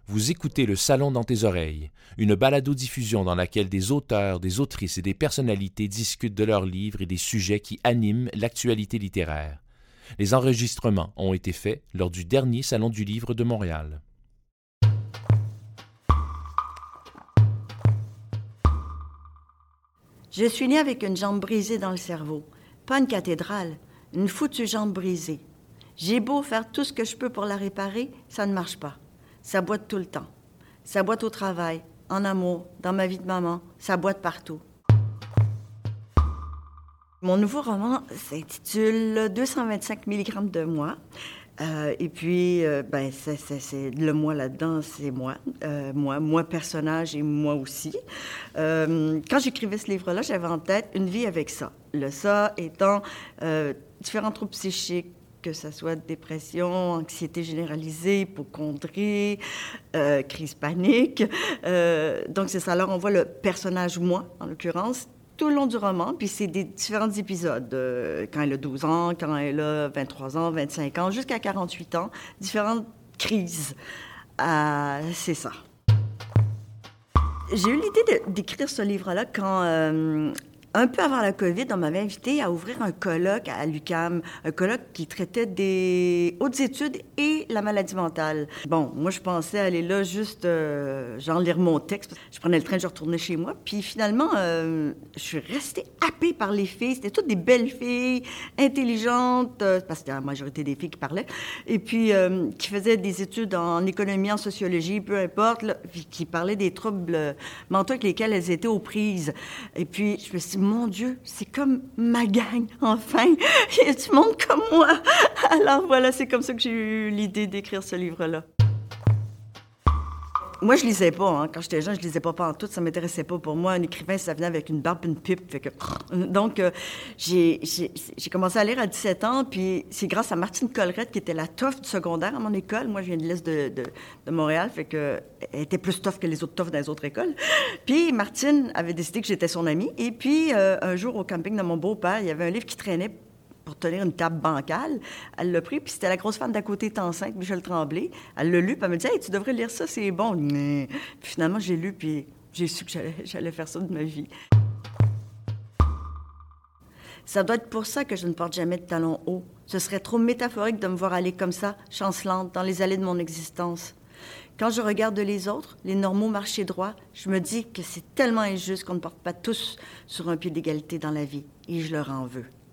Vous écoutez Le Salon dans tes oreilles, une balado-diffusion dans laquelle des auteurs, des autrices et des personnalités discutent de leurs livres et des sujets qui animent l'actualité littéraire. Les enregistrements ont été faits lors du dernier Salon du Livre de Montréal. Je suis née avec une jambe brisée dans le cerveau. Pas une cathédrale, une foutue jambe brisée. J'ai beau faire tout ce que je peux pour la réparer, ça ne marche pas. Ça boite tout le temps. Ça boite au travail, en amour, dans ma vie de maman. Ça boite partout. Mon nouveau roman s'intitule 225 mg de moi. Et puis, c'est le moi là-dedans, c'est moi. Moi personnage et moi aussi. Quand j'écrivais ce livre-là, j'avais en tête une vie avec ça. Le ça étant différents troubles psychiques, que ce soit dépression, anxiété généralisée, hypocondrie, crise panique. Donc, c'est ça. Alors, on voit le personnage moi, en l'occurrence, tout le long du roman, puis c'est des différents épisodes. Quand elle a 12 ans, quand elle a 23 ans, 25 ans, jusqu'à 48 ans, différentes crises. C'est ça. J'ai eu l'idée d'écrire ce livre-là quand... un peu avant la COVID, on m'avait invité à ouvrir un colloque à l'UQAM, un colloque qui traitait des hautes études et la maladie mentale. Bon, moi, je pensais aller là juste, genre, lire mon texte. Je prenais le train, je retournais chez moi. Puis finalement, je suis restée happée par les filles. C'était toutes des belles filles, intelligentes, parce que c'était la majorité des filles qui parlaient, et puis qui faisaient des études en économie, en sociologie, peu importe, là, puis qui parlaient des troubles mentaux avec lesquels elles étaient aux prises. Et puis, je me suis dit, mon Dieu, c'est comme ma gang, enfin. Il y a du monde comme moi. Alors voilà, c'est comme ça que j'ai eu l'idée d'écrire ce livre-là. Moi, je lisais pas. Hein. Quand j'étais jeune, je lisais pas pantoute. Ça m'intéressait pas. Pour moi, un écrivain, ça venait avec une barbe et une pipe. Fait que... Donc, j'ai commencé à lire à 17 ans, puis c'est grâce à Martine Collerette, qui était la tough du secondaire à mon école. Moi, je viens de l'Est de Montréal, fait que elle était plus tough que les autres toughs dans les autres écoles. Puis Martine avait décidé que j'étais son amie. Et puis, un jour, au camping de mon beau-père, il y avait un livre qui traînait pour tenir une table bancale. Elle l'a pris, puis c'était la grosse femme d'à côté est enceinte, Michel Tremblay. Elle l'a lu, puis elle me dit « Hey, tu devrais lire ça, c'est bon. » Puis finalement, j'ai lu, puis j'ai su que j'allais faire ça de ma vie. Ça doit être pour ça que je ne porte jamais de talons hauts. Ce serait trop métaphorique de me voir aller comme ça, chancelante, dans les allées de mon existence. Quand je regarde les autres, les normaux marcher droit, je me dis que c'est tellement injuste qu'on ne porte pas tous sur un pied d'égalité dans la vie, et je leur en veux.